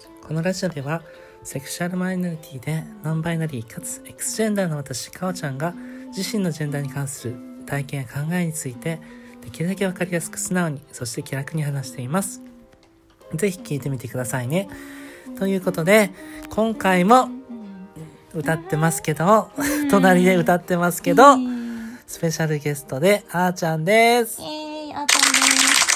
このラジオではセクシュアルマイノリティでノンバイナリーかつ X ジェンダーの私かおちゃんが自身のジェンダーに関する体験や考えについてできるだけわかりやすく素直にそして気楽に話しています。ぜひ聞いてみてくださいね。ということで今回も歌ってますけど隣で歌ってますけどスペシャルゲストであーちゃんです。 あーちゃんです。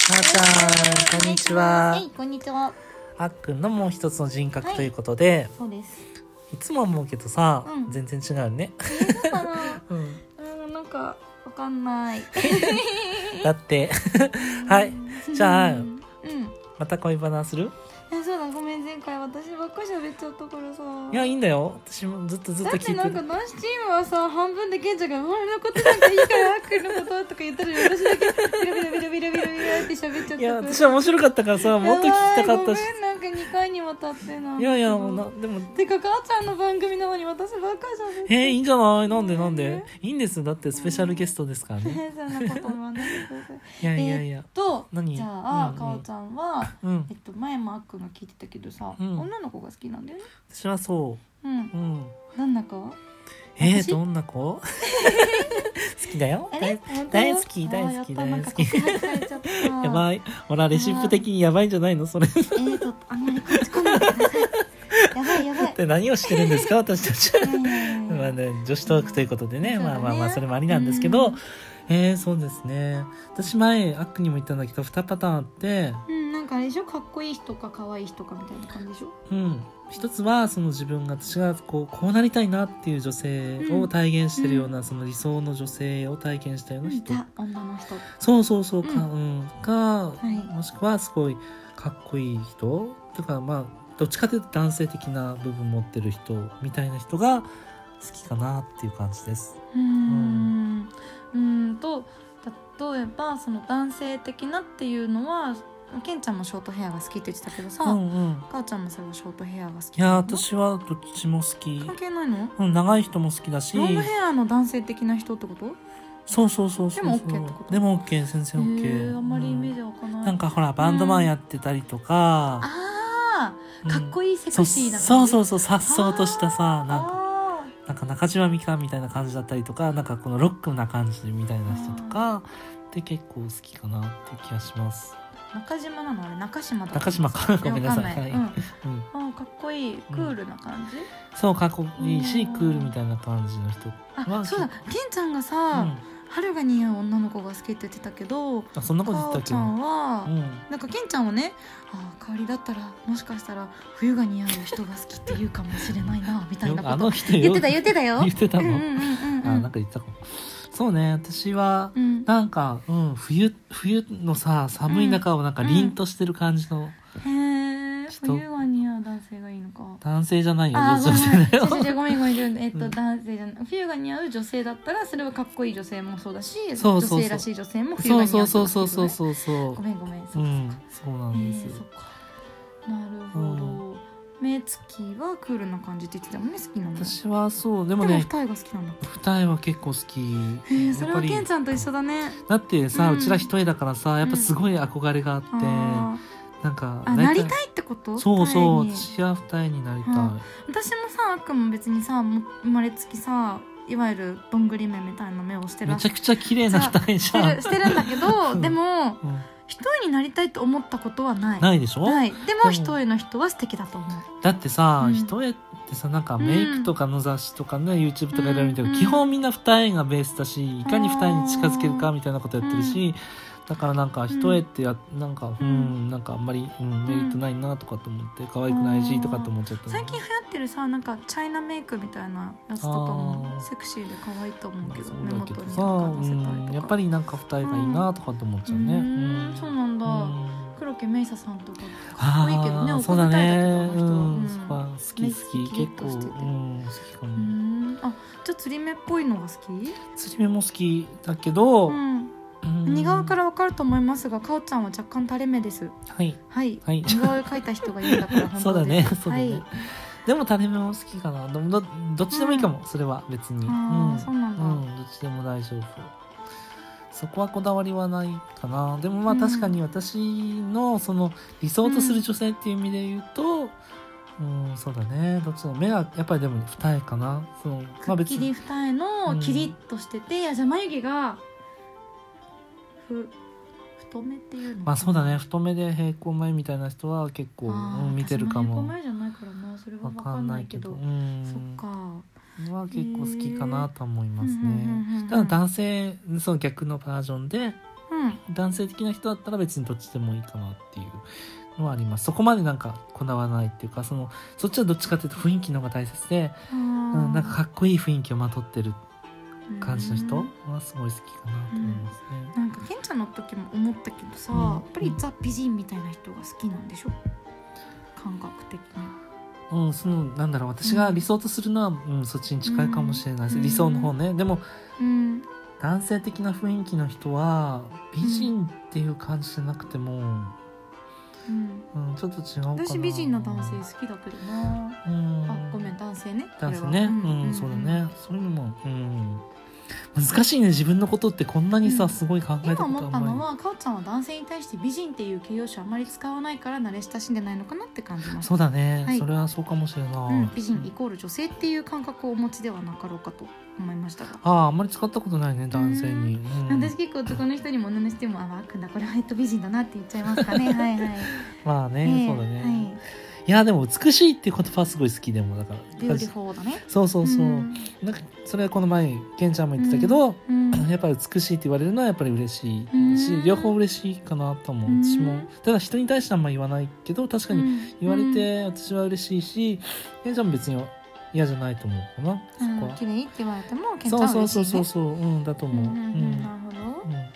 あーちゃんこんにちは。 こんにちは。 あっくんのもう一つの人格ということで、 そうです。 いつも思うけどさ、 うん全然違うね。 そうかな。なんかわかんない。 だってはいじゃあうん。 また恋バナする？ そうだ、ごめん、前回私ばっかり喋っちゃったからさ。 いやいいんだよ。私もずっとだって聞いてる。 なんか男子チームはさ、半分でケンちゃんが周りのことなんかいいからあっくんのこととか言ったら私だけビラビラビラビラビラビラって喋っちゃったから。 いや私は面白かったからさもっと聞きたかったし。 ごめん、なんか2回にわたってな。 いやいやもうでもてか母ちゃんの番組なのに私ばっかり喋って。 いいんじゃない？なんでいいんです。だってスペシャルゲストですからね。 そんなこと言わないでください。 いや何？ じゃあ、 うんかおちゃんは、 うん前もあっくんが聞いてたけどさ、 うん女の子が好きなんだよね。 私はそうんどんな子？私どんな子？好きだよ。大好きやばやばい。ほらレシピ的にやばいんじゃないのそれ。 あんまりこっち来ないでください。やばい。 で何をしてるんですか私たち。 いやまあね、女子トークということでね、 そうだねまあそれもありなんですけど、そうですね。私前アックにも言ったんだけど2パターンあって、 なんかあれでしょ、かっこいい人か可愛い人かみたいな感じでしょ。 一つはその私がこうなりたいなっていう女性を体現してるような、その理想の女性を体現したような人、 女の人。 そうか、もしくはすごいかっこいい人とか、まあどっちかというと男性的な部分持ってる人みたいな人が好きかなっていう感じです。 例えばその男性的なっていうのはケンちゃんもショートヘアが好きって言ってたけどさ、母ちゃんもそれはショートヘアが好き。 いや私はどっちも好き。 関係ないの？ 長い人も好きだし、 ロングヘアの男性的な人ってこと？ そうでも OK ってこと？ でも OK 全然 OK。 あんまりイメージわかんない。 なんかほらバンドマンやってたりとか、 かっこいいセクシーな感じ。 そうさっそうとしたさ、なんか中島美嘉みたいな感じだったりとか、なんかこのロックな感じみたいな人とかで結構好きかなって気がします。 中島なの？あれ中島だ。 中島かごめんなさい。 かっこいいクールな感じ。 そうかっこいいしクールみたいな感じの人。 そうだ、ケンちゃんがさ、春が似合う女の子が好きって言ってたけど、 そんなこと言ったっけ？ かおちゃんはなんかケンちゃんはね、香りだったらもしかしたら冬が似合う人が好きって言うかもしれないなみたいなこと言ってたよ。 言ってたの？なんか言ったかも。そうね、私はなんか冬のさ寒い中をなんか凛としてる感じの人。 冬が似合う男性がいいのか。 男性じゃないよ、女性だよ。 ごめん男性じゃない。冬が似合う女性だったらそれはかっこいい女性もそうだし、女性らしい女性も冬が似合う。 そうごめんそうなんですよ。 なるほど。目つきはクールな感じって言ってたもんね。好きなの？ 私はそうでもね、 二重が好きなんだ。 二重は結構好き。 それはケンちゃんと一緒だね。 だってさ、うちら一重だからさ、やっぱすごい憧れがあって、なんかなりたいってこと？ そう私は二重になりたい。 私もさ、あっくんも別にさ、生まれつきさ、いわゆるどんぐり目みたいな目をしてる。 めちゃくちゃ綺麗な二重じゃん。 してるんだけど、でも一重になりたいと思ったことはない。 ないでしょ？ ない。でも一重の人は素敵だと思う。 だってさ、一重ってさ、なんかメイクとかの雑誌とかね、YouTube とかいろいろ見てるけど、基本みんな二重がベースだし、いかに二重に近づけるかみたいなことやってるし、だからなんか一重ってなんかなんかあんまりメリットないなとかと思って可愛くないしとかと思っちゃった。 最近流行ってるさ、なんかチャイナメイクみたいなやつとかもセクシーで可愛いと思うけど、目元にのせたりとか。 やっぱりなんか二重がいいなとかと思っちゃうね。 そうなんだ。黒木メイサさんとかかっこいいけどね。 そうだね。 好き結構好きかも。 じゃあ釣り目っぽいのが好き？ 釣り目も好きだけど。 似顔からわかると思いますが、かおちゃんは若干垂れ目です。似顔絵描いた人がいるんだから本当です。 そうだね。でも垂れ目も好きかな。どっちでもいいかも。それは別に。 そうなんだ。 どっちでも大丈夫。そこはこだわりはないかな。でもまあ確かに私のその理想とする女性っていう意味で言うと、 そうだね。どっちの目がやっぱりでも二重かな。そう、 くっきり二重のキリッとしてて、じゃあ眉毛が太めっていうの。 まあそうだね。太めで平行眉みたいな人は結構、見てるかも。 平行眉じゃないからな、それは分かんないけど。そっか。 は結構好きかなと思いますね。ただ男性、その逆のバージョンで、男性的な人だったら別にどっちでもいいかなっていうのはあります。そこまでなんかこだわらないっていうか、そっちはどっちかっていうと雰囲気の方が大切で、なんかかっこいい雰囲気をまとってる感じの人はすごい好きかなと思いますね。 なんかケンちゃんの時も思ったけどさ、やっぱりザ美人みたいな人が好きなんでしょ、感覚的に。 なんだろう、私が理想とするのは、そっちに近いかもしれないです、理想の方ね。でも、男性的な雰囲気の人は美人っていう感じじゃなくても、ちょっと違うかな。 私美人な男性好きだけどな。あ、ごめん、男性ね。 男性ね。そうだね。そういうのも、難しいね。自分のことってこんなにさ、すごい考えたことあんまり。 今思ったのは、かおちゃんは男性に対して美人っていう形容詞をあまり使わないから慣れ親しんでないのかなって感じました。 そうだね。それはそうかもしれない。 美人イコール女性っていう感覚をお持ちではなかろうかと思いましたが。 あんまり使ったことないね、男性に。 私結構男の人にも女の人にも、わくんだ、これは美人だなって言っちゃいますかね。はいはい。 まあね、そうだね。いやでも美しいっていう言葉はすごい好きでもだからビューティフォーだね。 そうなんかそれはこの前ケンちゃんも言ってたけど、やっぱり美しいって言われるのはやっぱり嬉しいし、両方嬉しいかなと思う。私もただ人に対してはあんま言わないけど、確かに言われて私は嬉しいし、ケンちゃんも別に嫌じゃないと思うかな。そこは綺麗って言われてもケンちゃんは嬉しいね。 そうだと思う。 なるほど。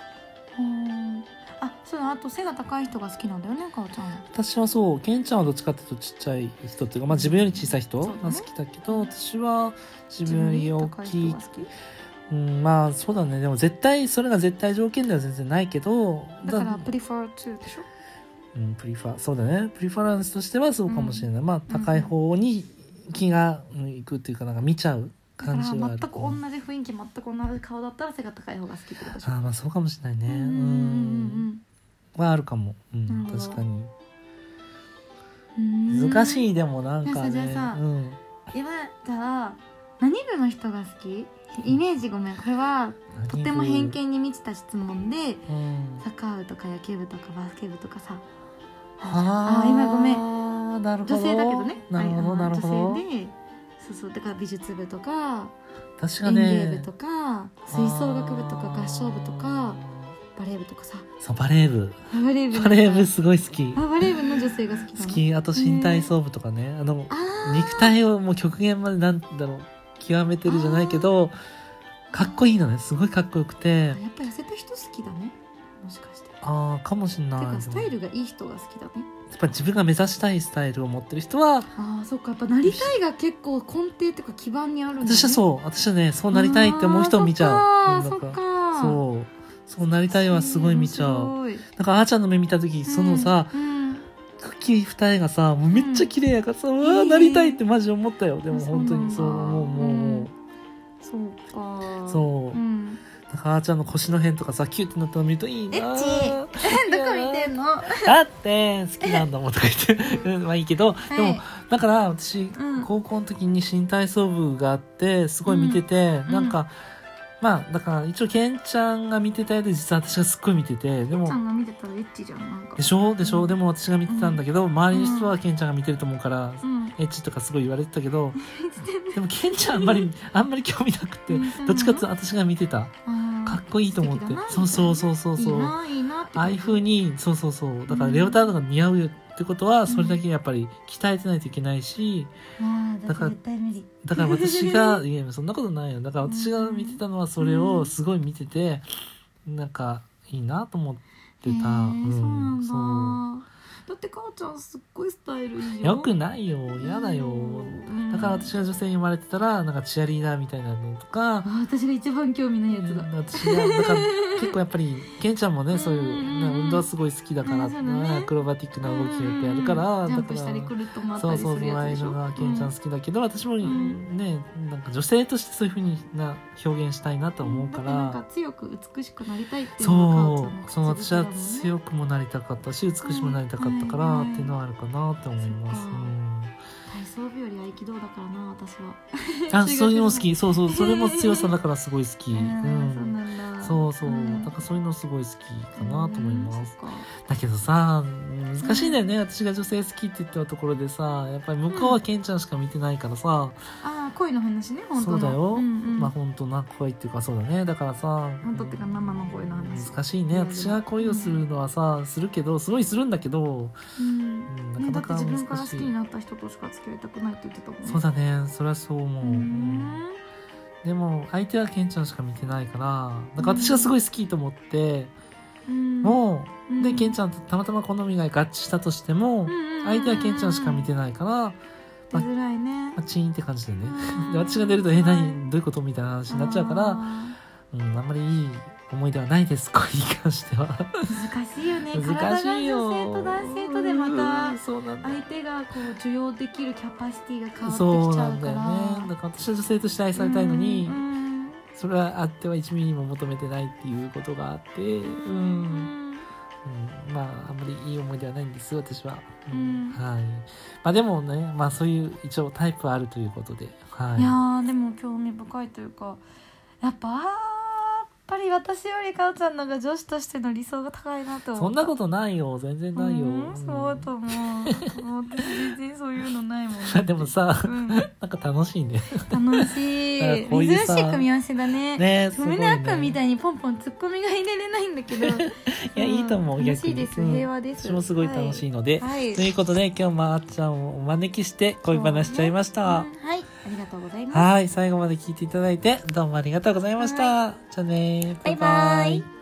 あと背が高い人が好きなんだよね、かおちゃんは。 私はそう、ケンちゃんはどっちかっていうとちっちゃい人っていうか、自分より小さい人が好きだけど、私は自分より大きい。まあそうだね。でもそれが絶対条件では全然ないけど、 だからプリファー2でしょ。 プリファー、そうだね。プリファランスとしてはそうかもしれない。高い方に気がいくっていうか、なんか見ちゃう感じはある。 全く同じ雰囲気、全く同じ顔だったら背が高い方が好きってことでしょ。 まあそうかもしれないね。はあるかも。確かに。難しい。でもなんかね。 じゃあさ、今じゃあ何部の人が好き？イメージごめん、これはとても偏見に満ちた質問で、サッカー部とか野球部とかバスケ部とかさ。今ごめん。女性だけどね。 なるほどなるほど。 女性で、そうだから美術部とか、 演芸部とか、吹奏楽部とか合唱部とか。バレー部とかさ。 そう、バレー部すごい好き。 バレー部の女性が好きなの？ 好き。あと新体操部とかね、肉体をもう極限までなんだろう極めてるじゃないけど、かっこいいのね。すごいかっこよくて。 やっぱ痩せた人好きだね、もしかして。 かもしんない。 てかスタイルがいい人が好きだね。 やっぱ自分が目指したいスタイルを持ってる人は、 そっか、やっぱなりたいが結構根底っていうか基盤にあるんだね。 私はね、そうなりたいって思う人を見ちゃう。 そっか。 そうなりたいはすごい見ちゃう。なんかあーちゃんの目見た時、そのさ、くっきり二重がさ、もうめっちゃ綺麗やからさ、なりたいってマジ思ったよ。でも本当にそう、もう。 そうか。 そう。なんかあーちゃんの腰の辺とかさ、キュッてなったの見るといいな。 どこ見てんの？ だって好きなんだもんとか言ってまあいいけど、でもだから私、高校の時に新体操部があってすごい見てて、なんかだから一応ケンちゃんが見てたやつで実は私がすっごい見てて、でもケンちゃんが見てたらエッチじゃん、なんか。 でしょ、でも私が見てたんだけど、周りの人はケンちゃんが見てると思うから、エッチとかすごい言われてたけど、でもケンちゃんあんまり興味なくて、どっちかっていうと私が見てた。かっこいいと思って。そういいなって。 ああいう風にそうだからレオタードが似合うってことはそれだけやっぱり鍛えてないといけないし、 だから私がいやそんなことないよ。だから私が見てたのはそれをすごい見てて、なんかいいなと思ってた。そうだってかおちゃんすっごいスタイルいいよ。 よくないよ、やだよ。だから私が女性に生まれてたらなんかチアリーダーみたいなのとか。 私が一番興味ないやつだ。 私がだから結構やっぱりケンちゃんもね、そういう運動すごい好きだから、アクロバティックな動きをよくやるから、 ジャンプしたりくるっと回ったりするやつでしょ。 ああいうのがケンちゃん好きだけど、私もね、なんか女性としてそういう風にな表現したいなと思うから、 なんか強く美しくなりたいっていうのがそう私は強くもなりたかったし美しくもなりたかったからっていうのはあるかなって思います。 体操部より合気道だからな私は。 あ、そういうの好き。そうそう、それも強さだからすごい好き。 そうなんだ。 そうそう、だからそういうのすごい好きかなと思います。だけどさ、難しいんだよね。私が女性好きって言ったところでさ、やっぱり向こうはケンちゃんしか見てないからさ。 ああ、恋の話ね、本当の。 そうだよ。まあ本当な恋っていうかそうだね。だからさ、 本当っていうか生の恋の話。 難しいね。私が恋をするのはさ、するけど、すごいするんだけど、 なかなか難しい。だって自分から好きになった人としか付き合いたくないって言ってたもんね。 そうだね。それはそう思う。でも相手はケンちゃんしか見てないから、だから私がすごい好きと思って、もうでケンちゃんとたまたま好みが合致したとしても、相手はケンちゃんしか見てないから、 出づらいね。 チーンって感じでね。で私が出ると何どういうことみたいな話になっちゃうから、あんまりいい思い出はないです、恋に関しては。 難しいよね。 難しいよ。 体が女性と男性とでまた相手がこう受容できるキャパシティが変わってきちゃうから。そうなんだよね。だから私は女性として愛されたいのに、それはあっては1ミリも求めてないっていうことがあって、まああんまりいい思い出はないんです私は。はい。まあでもね、まあそういう一応タイプあるということで、はい。 いやでも興味深いというか、やっぱり私よりかおちゃんのが女子としての理想が高いなと思った。 そんなことないよ、全然ないよ。 そうと思う。私全然そういうのないもんね。 でもさ、なんか楽しいね。 楽しい。珍しい組み合わせだね。ね、すごいね。あっくんみたいにポンポンツッコミが入れれないんだけど。いや、いいと思う。 楽しいです。平和です。 私もすごい楽しいので。ということで、今日もあっちゃんをお招きして恋話しちゃいました。 はい。ありがとうございます。 はい。最後まで聞いていただいて、どうもありがとうございました。じゃあね。バイバイ。